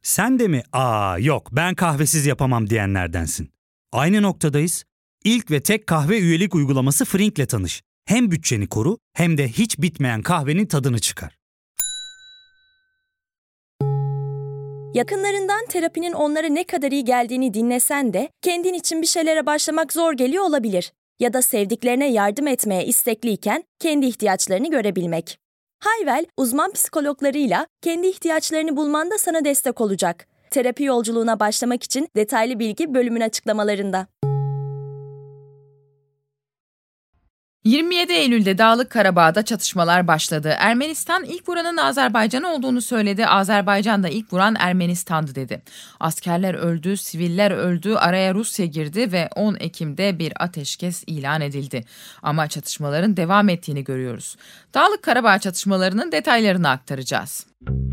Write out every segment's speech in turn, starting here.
Sen de mi yok ben kahvesiz yapamam diyenlerdensin? Aynı noktadayız. İlk ve tek kahve üyelik uygulaması Frink'le tanış. Hem bütçeni koru hem de hiç bitmeyen kahvenin tadını çıkar. Yakınlarından terapinin onlara ne kadar iyi geldiğini dinlesen de kendin için bir şeylere başlamak zor geliyor olabilir. Ya da sevdiklerine yardım etmeye istekliyken kendi ihtiyaçlarını görebilmek. Hayvel, uzman psikologlarıyla kendi ihtiyaçlarını bulmanda sana destek olacak. Terapi yolculuğuna başlamak için detaylı bilgi bölümün açıklamalarında. 27 Eylül'de Dağlık Karabağ'da çatışmalar başladı. Ermenistan ilk vuranın Azerbaycan olduğunu söyledi. Azerbaycan da ilk vuran Ermenistan'dı dedi. Askerler öldü, siviller öldü, araya Rusya girdi ve 10 Ekim'de bir ateşkes ilan edildi. Ama çatışmaların devam ettiğini görüyoruz. Dağlık Karabağ çatışmalarının detaylarını aktaracağız.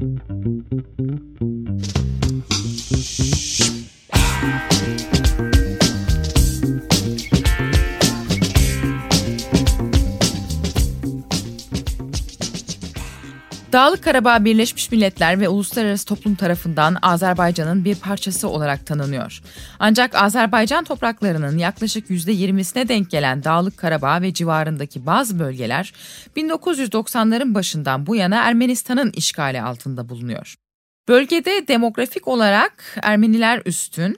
Dağlık Karabağ Birleşmiş Milletler ve uluslararası toplum tarafından Azerbaycan'ın bir parçası olarak tanınıyor. Ancak Azerbaycan topraklarının yaklaşık %20'sine denk gelen Dağlık Karabağ ve civarındaki bazı bölgeler 1990'ların başından bu yana Ermenistan'ın işgali altında bulunuyor. Bölgede demografik olarak Ermeniler üstün.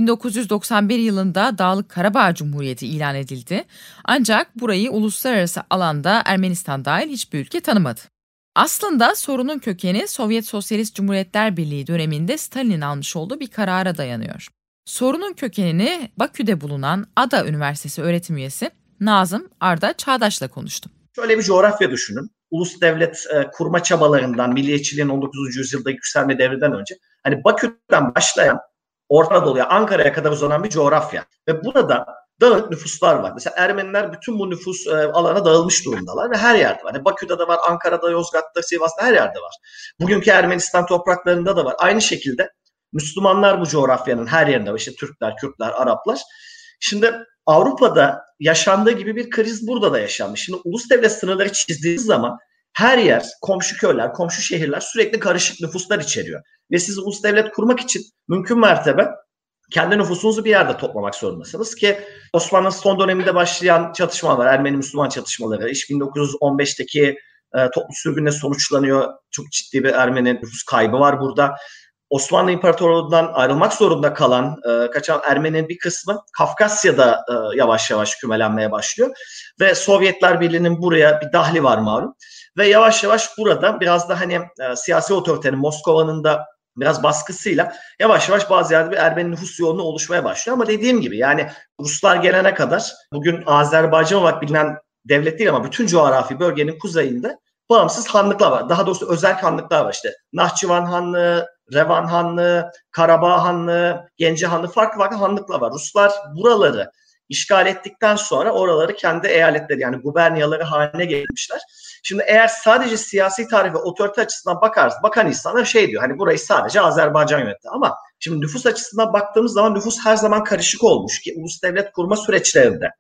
1991 yılında Dağlık Karabağ Cumhuriyeti ilan edildi. Ancak burayı uluslararası alanda Ermenistan dahil hiçbir ülke tanımadı. Aslında sorunun kökeni Sovyet Sosyalist Cumhuriyetler Birliği döneminde Stalin'in almış olduğu bir karara dayanıyor. Sorunun kökenini Bakü'de bulunan Ada Üniversitesi öğretim üyesi Nazım Arda Çağdaş'la konuştum. Şöyle bir coğrafya düşünün. Ulus devlet kurma çabalarından, milliyetçiliğin 19. yüzyılda yükselme devrinden önce hani Bakü'den başlayan Orta Anadolu'ya, Ankara'ya kadar uzanan bir coğrafya. Ve burada dağınık nüfuslar var. Mesela Ermeniler bütün bu nüfus alana dağılmış durumdalar ve her yerde var. Yani Bakü'de de var, Ankara'da, Yozgat'ta, Sivas'ta her yerde var. Bugünkü Ermenistan topraklarında da var. Aynı şekilde Müslümanlar bu coğrafyanın her yerinde var. İşte Türkler, Kürtler, Araplar. Şimdi Avrupa'da yaşandığı gibi bir kriz burada da yaşanmış. Şimdi ulus devlet sınırları çizdiğiniz zaman her yer, komşu köyler, komşu şehirler sürekli karışık nüfuslar içeriyor. Ve siz ulus devlet kurmak için mümkün mertebe kendi nüfusunuzu bir yerde toplamak zorundasınız ki Osmanlı'nın son döneminde başlayan çatışmalar, Ermeni-Müslüman çatışmaları, 1915'teki toplu sürgünle sonuçlanıyor. Çok ciddi bir Ermeni nüfus kaybı var burada. Osmanlı İmparatorluğu'ndan ayrılmak zorunda kalan, kaçan Ermeni'nin bir kısmı Kafkasya'da yavaş yavaş kümelenmeye başlıyor. Ve Sovyetler Birliği'nin buraya bir dahli var malum. Ve yavaş yavaş burada biraz da hani siyasi otoritenin, Moskova'nın da biraz baskısıyla yavaş yavaş bazı yerde bir Ermeni nüfus yoğunluğu oluşmaya başlıyor. Ama dediğim gibi yani Ruslar gelene kadar bugün Azerbaycan olarak bilinen devlet değil ama bütün coğrafi bölgenin kuzeyinde bağımsız hanlıklar var. Daha doğrusu özel hanlıklar var işte. Nahçıvan Hanlığı, Revan Hanlığı, Karabağ Hanlığı, Gence Hanlığı farklı hanlıklar var. Ruslar buraları işgal ettikten sonra oraları kendi eyaletleri yani guberniyaları haline getirmişler. Şimdi eğer sadece siyasi tarih ve otorite açısından bakan insanlar şey diyor hani burayı sadece Azerbaycan yönetti ama şimdi nüfus açısından baktığımız zaman nüfus her zaman karışık olmuş ki ulus devlet kurma süreçlerinde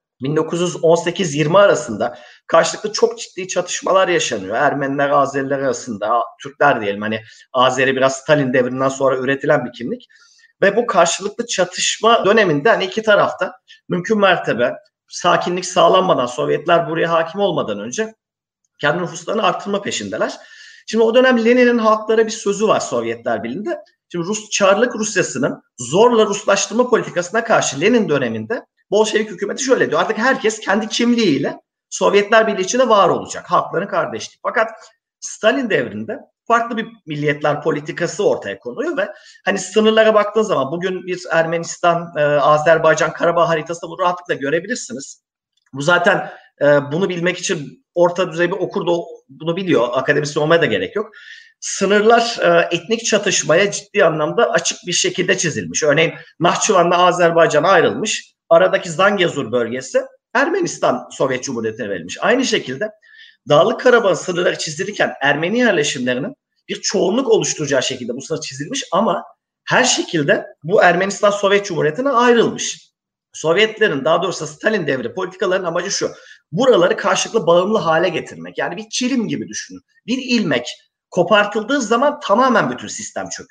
1918-20 arasında karşılıklı çok ciddi çatışmalar yaşanıyor. Ermeniler, Azeriler arasında, Türkler diyelim hani Azeri biraz Stalin devrinden sonra üretilen bir kimlik. Ve bu karşılıklı çatışma döneminde hani iki tarafta mümkün mertebe sakinlik sağlanmadan Sovyetler buraya hakim olmadan önce kendi nüfuslarını artırma peşindeler. Şimdi o dönem Lenin'in halklara bir sözü var Sovyetler Birliği'nde. Şimdi Çarlık Rusyası'nın zorla Ruslaştırma politikasına karşı Lenin döneminde Bolşevik hükümeti şöyle diyor. Artık herkes kendi kimliğiyle Sovyetler Birliği içinde var olacak. Halkların kardeşliği. Fakat Stalin devrinde farklı bir milliyetler politikası ortaya konuluyor ve hani sınırlara baktığın zaman bugün bir Ermenistan, Azerbaycan, Karabağ haritasında bunu rahatlıkla görebilirsiniz. Bu zaten bunu bilmek için orta düzey bir okur da bunu biliyor. Akademisyen olmaya da gerek yok. Sınırlar etnik çatışmaya ciddi anlamda açık bir şekilde çizilmiş. Örneğin Nahçıvan'la Azerbaycan ayrılmış. Aradaki Zangezur bölgesi Ermenistan Sovyet Cumhuriyeti'ne verilmiş. Aynı şekilde Dağlık Karabağ sınırları çizilirken Ermeni yerleşimlerinin bir çoğunluk oluşturacağı şekilde bu sınır çizilmiş ama her şekilde bu Ermenistan Sovyet Cumhuriyeti'ne ayrılmış. Sovyetlerin daha doğrusu Stalin devri politikalarının amacı şu. Buraları karşılıklı bağımlı hale getirmek. Yani bir çirim gibi düşünün. Bir ilmek kopartıldığı zaman tamamen bütün sistem çöküyor.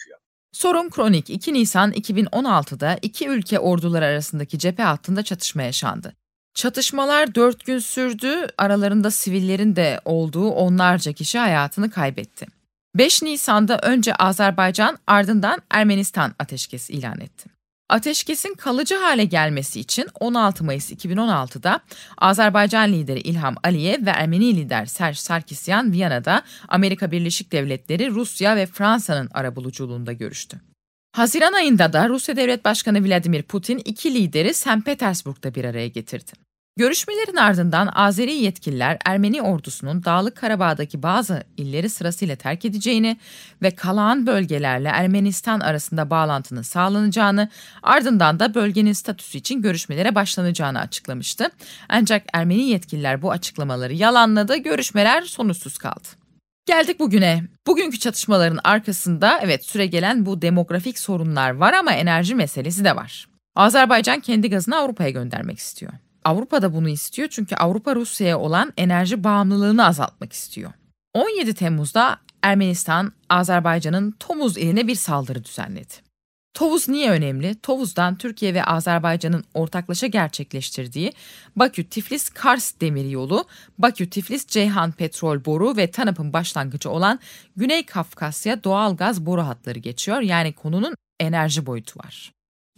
Sorun kronik. 2 Nisan 2016'da iki ülke orduları arasındaki cephe hattında çatışma yaşandı. Çatışmalar 4 gün sürdü, aralarında sivillerin de olduğu onlarca kişi hayatını kaybetti. 5 Nisan'da önce Azerbaycan, ardından Ermenistan ateşkes ilan etti. Ateşkesin kalıcı hale gelmesi için 16 Mayıs 2016'da Azerbaycan lideri İlham Aliyev ve Ermeni lider Serj Sarkisyan Viyana'da Amerika Birleşik Devletleri, Rusya ve Fransa'nın arabuluculuğunda görüştü. Haziran ayında da Rusya Devlet Başkanı Vladimir Putin iki lideri St. Petersburg'da bir araya getirdi. Görüşmelerin ardından Azeri yetkililer Ermeni ordusunun Dağlık Karabağ'daki bazı illeri sırasıyla terk edeceğini ve kalan bölgelerle Ermenistan arasında bağlantının sağlanacağını, ardından da bölgenin statüsü için görüşmelere başlanacağını açıklamıştı. Ancak Ermeni yetkililer bu açıklamaları yalanladı, görüşmeler sonuçsuz kaldı. Geldik bugüne. Bugünkü çatışmaların arkasında süregelen bu demografik sorunlar var ama enerji meselesi de var. Azerbaycan kendi gazını Avrupa'ya göndermek istiyor. Avrupa da bunu istiyor çünkü Avrupa Rusya'ya olan enerji bağımlılığını azaltmak istiyor. 17 Temmuz'da Ermenistan, Azerbaycan'ın Tovuz iline bir saldırı düzenledi. Tovuz niye önemli? Tovuz'dan Türkiye ve Azerbaycan'ın ortaklaşa gerçekleştirdiği Bakü-Tiflis-Kars demiryolu, Bakü-Tiflis-Ceyhan petrol boru ve TANAP'ın başlangıcı olan Güney Kafkasya doğalgaz boru hatları geçiyor. Yani konunun enerji boyutu var.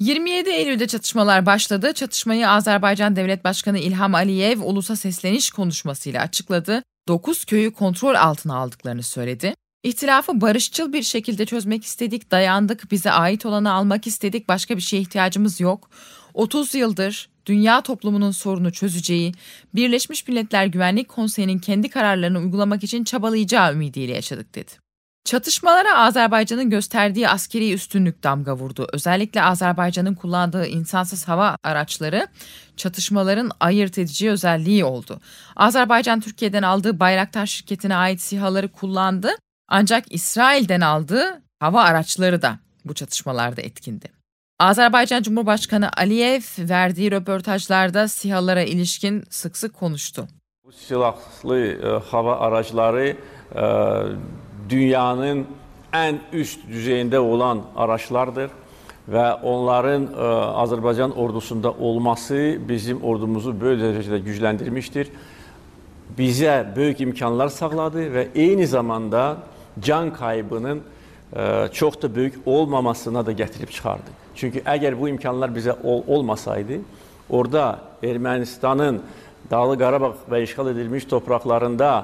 27 Eylül'de çatışmalar başladı. Çatışmayı Azerbaycan Devlet Başkanı İlham Aliyev ulusa sesleniş konuşmasıyla açıkladı. 9 köyü kontrol altına aldıklarını söyledi. İhtilafı barışçıl bir şekilde çözmek istedik, dayandık, bize ait olanı almak istedik, başka bir şeye ihtiyacımız yok. 30 yıldır dünya toplumunun sorunu çözeceği, Birleşmiş Milletler Güvenlik Konseyi'nin kendi kararlarını uygulamak için çabalayacağı ümidiyle yaşadık dedi. Çatışmalara Azerbaycan'ın gösterdiği askeri üstünlük damga vurdu. Özellikle Azerbaycan'ın kullandığı insansız hava araçları çatışmaların ayırt edici özelliği oldu. Azerbaycan Türkiye'den aldığı Bayraktar şirketine ait SİHA'ları kullandı. Ancak İsrail'den aldığı hava araçları da bu çatışmalarda etkindi. Azerbaycan Cumhurbaşkanı Aliyev verdiği röportajlarda SİHA'lara ilişkin sık sık konuştu. Bu silahlı hava araçları dünyanın en üst düzeyinde olan araçlardır ve onların Azerbaycan ordusunda olması bizim ordumuzu böyle derecede güçlendirmiştir. Bize büyük imkanlar sağladı ve aynı zamanda can kaybının çok da büyük olmamasına da getirip çıkardı. Çünkü eğer bu imkanlar bize olmasaydı, orada Ermenistan'ın Dağlı Qarabağ ve işgal edilmiş topraklarında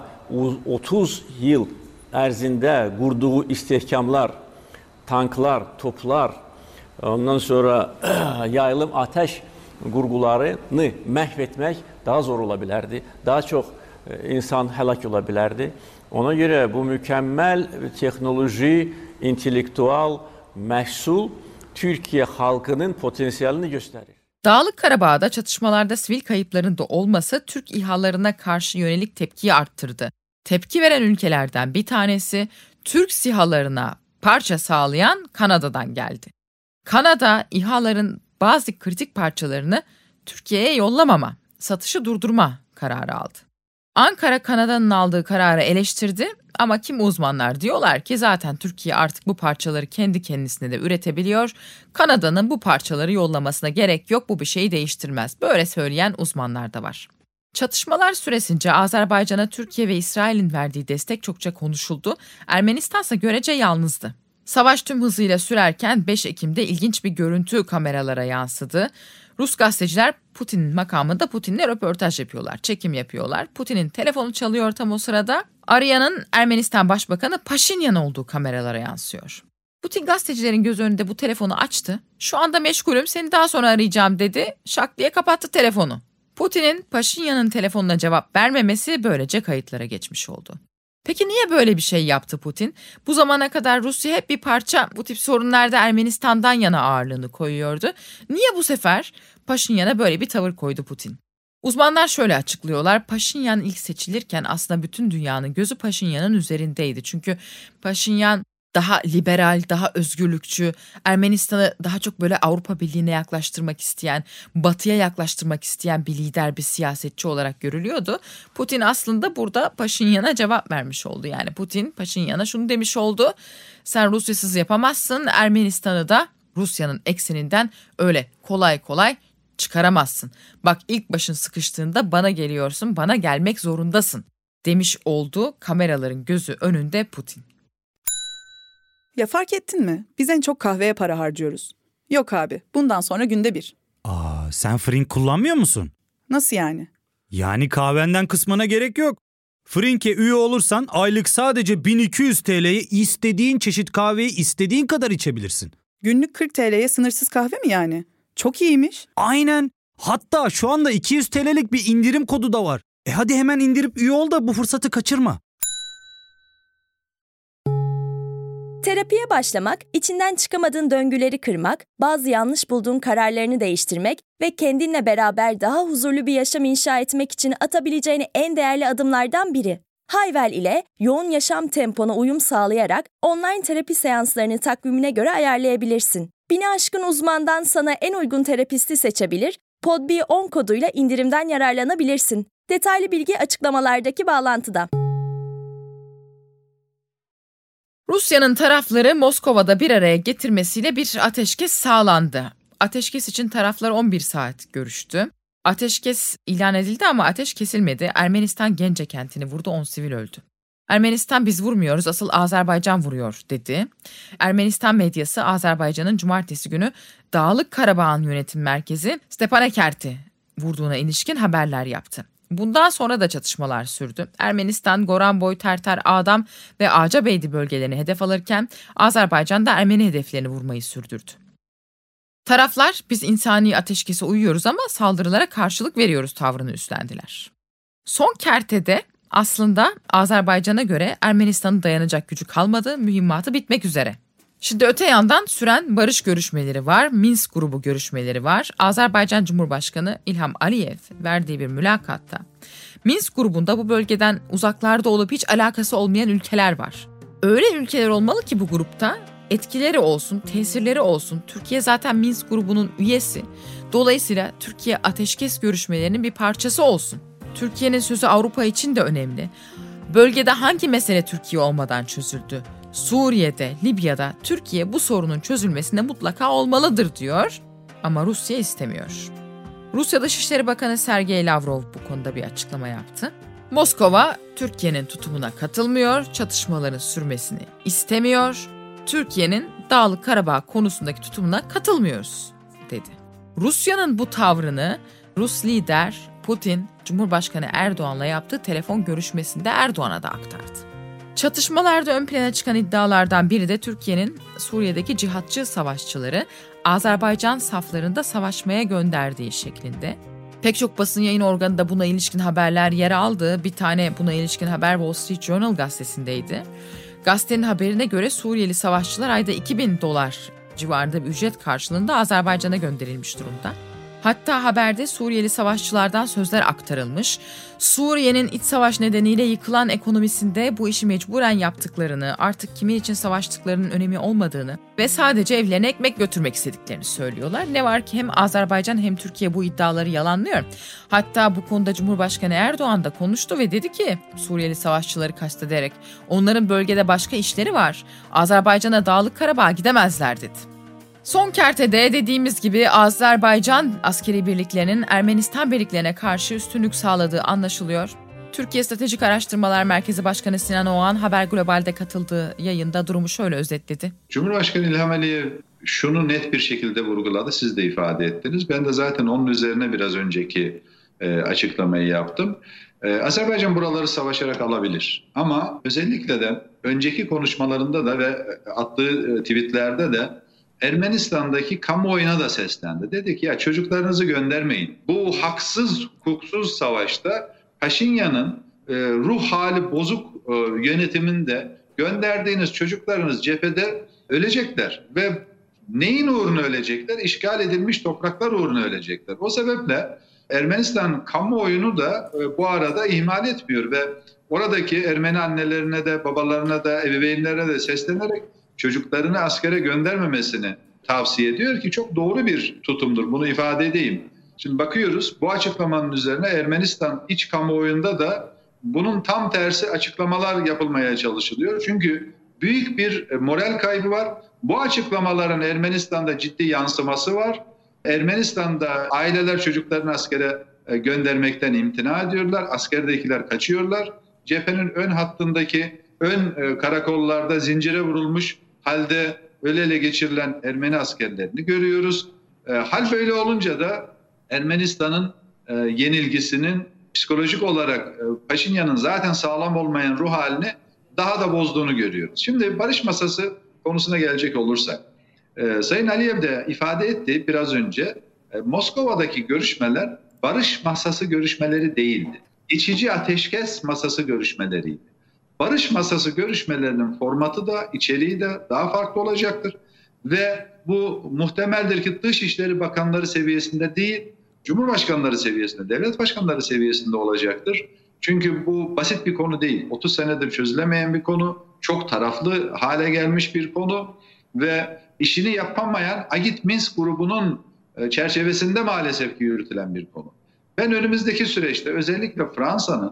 30 yıl ərzində qurduğu istehkamlar, tanklar, toplar, ondan sonra yayılım ateş qurğularını məhv etmək daha zor ola bilərdi. Daha çox insan həlak ola bilərdi. Ona görə bu mükəmməl texnoloji, intellektual məhsul Türkiye halkının potansiyelini gösterir. Dağlık Karabağ'da çatışmalarda sivil kayıpların da olması Türk İHA'larına karşı yönelik tepkiyi arttırdı. Tepki veren ülkelerden bir tanesi Türk SİHA'larına parça sağlayan Kanada'dan geldi. Kanada, İHA'ların bazı kritik parçalarını Türkiye'ye yollamama, satışı durdurma kararı aldı. Ankara, Kanada'nın aldığı kararı eleştirdi ama kimi uzmanlar diyorlar ki zaten Türkiye artık bu parçaları kendi kendisine de üretebiliyor. Kanada'nın bu parçaları yollamasına gerek yok, bu bir şeyi değiştirmez. Böyle söyleyen uzmanlar da var. Çatışmalar süresince Azerbaycan'a Türkiye ve İsrail'in verdiği destek çokça konuşuldu. Ermenistan ise görece yalnızdı. Savaş tüm hızıyla sürerken 5 Ekim'de ilginç bir görüntü kameralara yansıdı. Rus gazeteciler Putin'in makamında Putin'le röportaj yapıyorlar, çekim yapıyorlar. Putin'in telefonu çalıyor tam o sırada. Arayanın Ermenistan Başbakanı Paşinyan olduğu kameralara yansıyor. Putin gazetecilerin göz önünde bu telefonu açtı. "Şu anda meşgulüm, seni daha sonra arayacağım" dedi. Şak diye kapattı telefonu. Putin'in Paşinyan'ın telefonuna cevap vermemesi böylece kayıtlara geçmiş oldu. Peki niye böyle bir şey yaptı Putin? Bu zamana kadar Rusya hep bir parça bu tip sorunlarda Ermenistan'dan yana ağırlığını koyuyordu. Niye bu sefer Paşinyan'a böyle bir tavır koydu Putin? Uzmanlar şöyle açıklıyorlar. Paşinyan ilk seçilirken aslında bütün dünyanın gözü Paşinyan'ın üzerindeydi. Çünkü Paşinyan daha liberal, daha özgürlükçü, Ermenistan'ı daha çok böyle Avrupa Birliği'ne yaklaştırmak isteyen, Batı'ya yaklaştırmak isteyen bir lider, bir siyasetçi olarak görülüyordu. Putin aslında burada Paşinyan'a cevap vermiş oldu. Yani Putin Paşinyan'a şunu demiş oldu: sen Rusyasız yapamazsın, Ermenistan'ı da Rusya'nın ekseninden öyle kolay kolay çıkaramazsın. Bak, ilk başın sıkıştığında bana geliyorsun, bana gelmek zorundasın demiş oldu kameraların gözü önünde Putin. Ya fark ettin mi? Biz en çok kahveye para harcıyoruz. Yok abi, bundan sonra günde 1. Sen Frink kullanmıyor musun? Nasıl yani? Yani kahvenden kısmına gerek yok. Frink'e üye olursan aylık sadece 1200 TL'ye istediğin çeşit kahveyi istediğin kadar içebilirsin. Günlük 40 TL'ye sınırsız kahve mi yani? Çok iyiymiş. Aynen. Hatta şu anda 200 TL'lik bir indirim kodu da var. Hadi hemen indirip üye ol da bu fırsatı kaçırma. Terapiye başlamak, içinden çıkamadığın döngüleri kırmak, bazı yanlış bulduğun kararlarını değiştirmek ve kendinle beraber daha huzurlu bir yaşam inşa etmek için atabileceğin en değerli adımlardan biri. Hayvel ile yoğun yaşam tempona uyum sağlayarak online terapi seanslarını takvimine göre ayarlayabilirsin. 1000'i aşkın uzmandan sana en uygun terapisti seçebilir, PODB10 koduyla indirimden yararlanabilirsin. Detaylı bilgi açıklamalardaki bağlantıda. Rusya'nın tarafları Moskova'da bir araya getirmesiyle bir ateşkes sağlandı. Ateşkes için taraflar 11 saat görüştü. Ateşkes ilan edildi ama ateş kesilmedi. Ermenistan Gence kentini vurdu, 10 sivil öldü. Ermenistan biz vurmuyoruz, asıl Azerbaycan vuruyor dedi. Ermenistan medyası Azerbaycan'ın cumartesi günü Dağlık Karabağ'ın yönetim merkezi Stepanekert'i vurduğuna ilişkin haberler yaptı. Bundan sonra da çatışmalar sürdü. Ermenistan, Goranboy, Terter, Ağdam ve Ağcabeydi bölgelerini hedef alırken Azerbaycan da Ermeni hedeflerini vurmayı sürdürdü. Taraflar biz insani ateşkese uyuyoruz ama saldırılara karşılık veriyoruz tavrını üstlendiler. Son kertede aslında Azerbaycan'a göre Ermenistan'ın dayanacak gücü kalmadı, mühimmatı bitmek üzere. Şimdi öte yandan süren barış görüşmeleri var, Minsk grubu görüşmeleri var. Azerbaycan Cumhurbaşkanı İlham Aliyev verdiği bir mülakatta Minsk grubunda bu bölgeden uzaklarda olup hiç alakası olmayan ülkeler var. Öyle ülkeler olmalı ki bu grupta etkileri olsun, tesirleri olsun. Türkiye zaten Minsk grubunun üyesi. Dolayısıyla Türkiye ateşkes görüşmelerinin bir parçası olsun. Türkiye'nin sözü Avrupa için de önemli. Bölgede hangi mesele Türkiye olmadan çözüldü? Suriye'de, Libya'da Türkiye bu sorunun çözülmesinde mutlaka olmalıdır diyor ama Rusya istemiyor. Rusya Dışişleri Bakanı Sergey Lavrov bu konuda bir açıklama yaptı. Moskova Türkiye'nin tutumuna katılmıyor, çatışmaların sürmesini istemiyor. Türkiye'nin Dağlık Karabağ konusundaki tutumuna katılmıyoruz dedi. Rusya'nın bu tavrını Rus lider Putin, Cumhurbaşkanı Erdoğan'la yaptığı telefon görüşmesinde Erdoğan'a da aktardı. Çatışmalarda ön plana çıkan iddialardan biri de Türkiye'nin Suriye'deki cihatçı savaşçıları Azerbaycan saflarında savaşmaya gönderdiği şeklinde. Pek çok basın yayın organında buna ilişkin haberler yer aldı. Bir tane buna ilişkin haber Wall Street Journal gazetesindeydi. Gazetenin haberine göre Suriyeli savaşçılar ayda $2.000 civarında bir ücret karşılığında Azerbaycan'a gönderilmiş durumda. Hatta haberde Suriyeli savaşçılardan sözler aktarılmış. Suriye'nin iç savaş nedeniyle yıkılan ekonomisinde bu işi mecburen yaptıklarını, artık kimin için savaştıklarının önemi olmadığını ve sadece evlerine ekmek götürmek istediklerini söylüyorlar. Ne var ki hem Azerbaycan hem Türkiye bu iddiaları yalanlıyor. Hatta bu konuda Cumhurbaşkanı Erdoğan da konuştu ve dedi ki Suriyeli savaşçıları kastederek onların bölgede başka işleri var. Azerbaycan'a Dağlık Karabağ'a gidemezler dedi. Son kertede dediğimiz gibi Azerbaycan askeri birliklerinin Ermenistan birliklerine karşı üstünlük sağladığı anlaşılıyor. Türkiye Stratejik Araştırmalar Merkezi Başkanı Sinan Oğan Haber Global'de katıldığı yayında durumu şöyle özetledi. Cumhurbaşkanı İlham Aliyev şunu net bir şekilde vurguladı, siz de ifade ettiniz. Ben de zaten onun üzerine biraz önceki açıklamayı yaptım. Azerbaycan buraları savaşarak alabilir ama özellikle de önceki konuşmalarında da ve attığı tweetlerde de Ermenistan'daki kamuoyuna da seslendi. Dedi ki ya çocuklarınızı göndermeyin. Bu haksız, hukuksuz savaşta Paşinyan'ın ruh hali bozuk yönetiminde gönderdiğiniz çocuklarınız cephede ölecekler. Ve neyin uğruna ölecekler? İşgal edilmiş topraklar uğruna ölecekler. O sebeple Ermenistan kamuoyunu da bu arada ihmal etmiyor ve oradaki Ermeni annelerine de babalarına da ebeveynlerine de seslenerek çocuklarını askere göndermemesini tavsiye ediyor ki çok doğru bir tutumdur. Bunu ifade edeyim. Şimdi bakıyoruz bu açıklamanın üzerine Ermenistan iç kamuoyunda da bunun tam tersi açıklamalar yapılmaya çalışılıyor. Çünkü büyük bir moral kaybı var. Bu açıklamaların Ermenistan'da ciddi yansıması var. Ermenistan'da aileler çocuklarını askere göndermekten imtina ediyorlar. Askerdekiler kaçıyorlar. Cephenin ön hattındaki ön karakollarda zincire vurulmuş halde öyle ele geçirilen Ermeni askerlerini görüyoruz. Hal böyle olunca da Ermenistan'ın yenilgisinin psikolojik olarak Paşinyan'ın zaten sağlam olmayan ruh halini daha da bozduğunu görüyoruz. Şimdi barış masası konusuna gelecek olursak, Sayın Aliyev de ifade etti biraz önce, Moskova'daki görüşmeler barış masası görüşmeleri değildi. İçici ateşkes masası görüşmeleriydi. Barış masası görüşmelerinin formatı da içeriği de daha farklı olacaktır. Ve bu muhtemeldir ki Dışişleri Bakanları seviyesinde değil, Cumhurbaşkanları seviyesinde, devlet başkanları seviyesinde olacaktır. Çünkü bu basit bir konu değil. 30 senedir çözülemeyen bir konu, çok taraflı hale gelmiş bir konu ve işini yapamayan Agit Minsk grubunun çerçevesinde maalesef ki yürütülen bir konu. Ben önümüzdeki süreçte özellikle Fransa'nın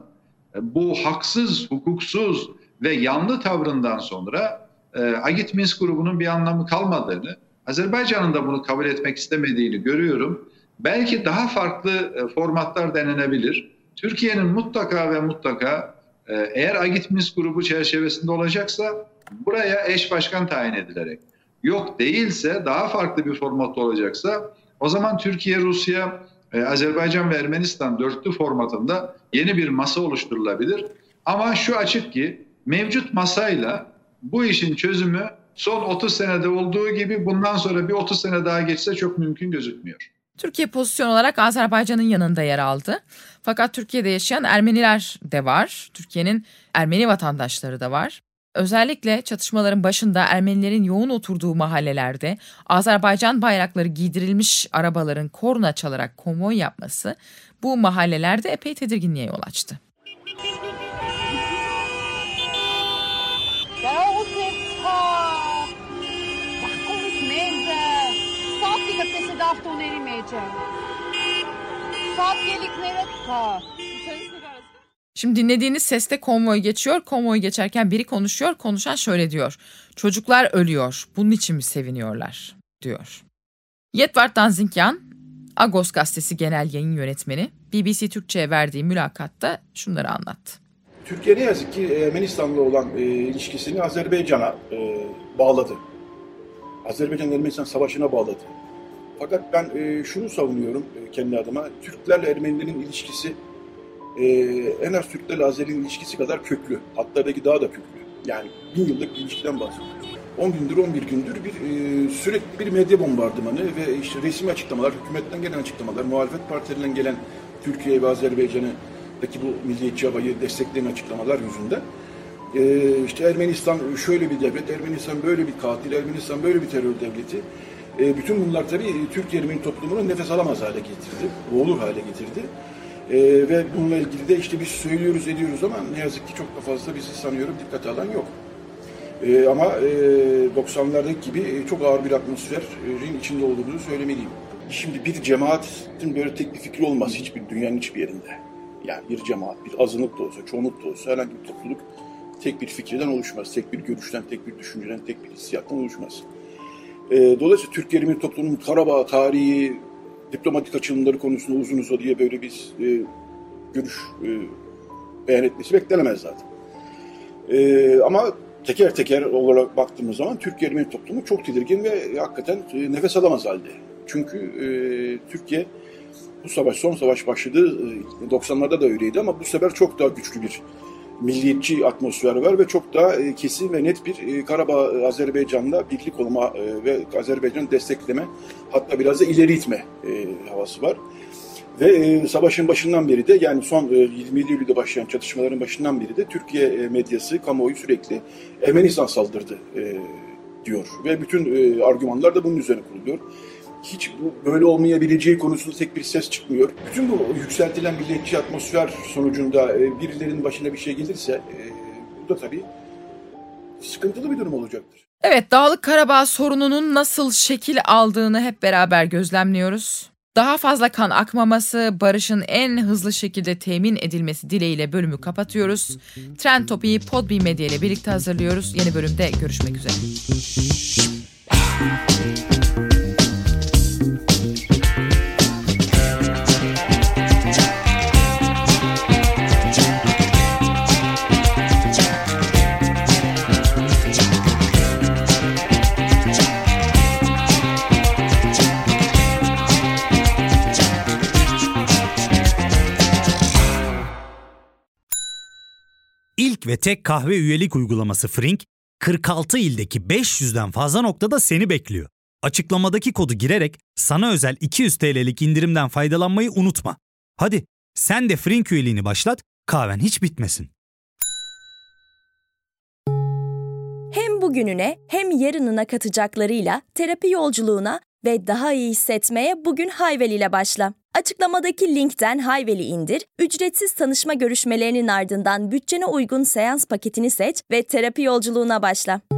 bu haksız, hukuksuz ve yanlı tavrından sonra Agit Minsk grubunun bir anlamı kalmadığını, Azerbaycan'ın da bunu kabul etmek istemediğini görüyorum. Belki daha farklı formatlar denenebilir. Türkiye'nin mutlaka ve mutlaka eğer Agit Minsk grubu çerçevesinde olacaksa buraya eş başkan tayin edilerek, yok değilse daha farklı bir formatta olacaksa o zaman Türkiye, Rusya, Azerbaycan ve Ermenistan dörtlü formatında yeni bir masa oluşturulabilir. Ama şu açık ki mevcut masayla bu işin çözümü son 30 senede olduğu gibi bundan sonra bir 30 sene daha geçse çok mümkün gözükmüyor. Türkiye pozisyon olarak Azerbaycan'ın yanında yer aldı. Fakat Türkiye'de yaşayan Ermeniler de var. Türkiye'nin Ermeni vatandaşları da var. Özellikle çatışmaların başında Ermenilerin yoğun oturduğu mahallelerde Azerbaycan bayrakları giydirilmiş arabaların korna çalarak konvoy yapması bu mahallelerde epey tedirginliğe yol açtı. Şimdi dinlediğiniz seste konvoy geçiyor. Konvoy geçerken biri konuşuyor. Konuşan şöyle diyor. Çocuklar ölüyor. Bunun için mi seviniyorlar? Diyor. Yetvar Danzinkyan, Agos Gazetesi Genel Yayın Yönetmeni, BBC Türkçe'ye verdiği mülakatta şunları anlattı. Türkiye ne yazık ki Ermenistan'la olan ilişkisini Azerbaycan'a bağladı. Azerbaycan-Ermenistan savaşına bağladı. Fakat ben şunu savunuyorum kendi adıma. Türklerle Ermenilerin ilişkisi en az Türklerle Azeri'nin ilişkisi kadar köklü. Hatta belki daha da köklü. Yani 1000 yıllık bir ilişkiden bahsediyoruz. 10 gündür, 11 gündür sürekli bir medya bombardımanı ve işte resmi açıklamalar, hükümetten gelen açıklamalar, muhalefet partilerinden gelen Türkiye ve Azerbaycan'daki bu milliyetçi havayı destekleyen açıklamalar yüzünden işte Ermenistan şöyle bir devlet, Ermenistan böyle bir katil, Ermenistan böyle bir terör devleti. Bütün bunlar tabii Türk Ermeni toplumunu nefes alamaz hale getirdi, boğulur hale getirdi. Ve bununla ilgili de işte biz söylüyoruz, ediyoruz ama ne yazık ki çok da fazla bizi sanıyorum dikkate alan yok. Ama 90'lardaki gibi çok ağır bir atmosferin içinde olduğunu söylemeliyim. Şimdi bir cemaatin böyle tek bir fikri olmaz dünyanın hiçbir yerinde. Yani bir cemaat, bir azınlık da olsa, çoğunluk da olsa herhangi bir topluluk tek bir fikirden oluşmaz. Tek bir görüşten, tek bir düşünceden, tek bir hissiyattan oluşmaz. Dolayısıyla Türk Ermeni toplumunun Karabağ tarihi, diplomatik açılımları konusunda uzun uzadıya böyle bir görüş beyan etmesi beklenemez zaten. Ama teker teker olarak baktığımız zaman Türk Ermeni toplumu çok tedirgin ve hakikaten nefes alamaz halde. Çünkü Türkiye bu savaş, son savaş başladı, 90'larda da öyleydi ama bu sefer çok daha güçlü bir milliyetçi atmosfer var ve çok daha kesin ve net bir Karabağ Azerbaycan'la birlik olma ve Azerbaycan'ı destekleme, hatta biraz da ileri itme havası var. Ve savaşın başından beri de, yani son 27 Eylül'de başlayan çatışmaların başından beri de Türkiye medyası, kamuoyu sürekli Ermenistan saldırdı diyor. Ve bütün argümanlar da bunun üzerine kuruluyor. Hiç böyle olmayabileceği konusunda tek bir ses çıkmıyor. Bütün bu yükseltilen milliyetçi atmosfer sonucunda birilerinin başına bir şey gelirse bu da tabii sıkıntılı bir durum olacaktır. Evet, Dağlık Karabağ sorununun nasıl şekil aldığını hep beraber gözlemliyoruz. Daha fazla kan akmaması, barışın en hızlı şekilde temin edilmesi dileğiyle bölümü kapatıyoruz. Trend Topi'yi Podbi Medya ile birlikte hazırlıyoruz. Yeni bölümde görüşmek üzere. İlk ve tek kahve üyelik uygulaması Frink, 46 ildeki 500'den fazla noktada seni bekliyor. Açıklamadaki kodu girerek sana özel 200 TL'lik indirimden faydalanmayı unutma. Hadi sen de Frink üyeliğini başlat, kahven hiç bitmesin. Hem bugününe hem yarınına katacaklarıyla terapi yolculuğuna ve daha iyi hissetmeye bugün Hayvel ile başla. Açıklamadaki linkten Hayvel'i indir, ücretsiz tanışma görüşmelerinin ardından bütçene uygun seans paketini seç ve terapi yolculuğuna başla.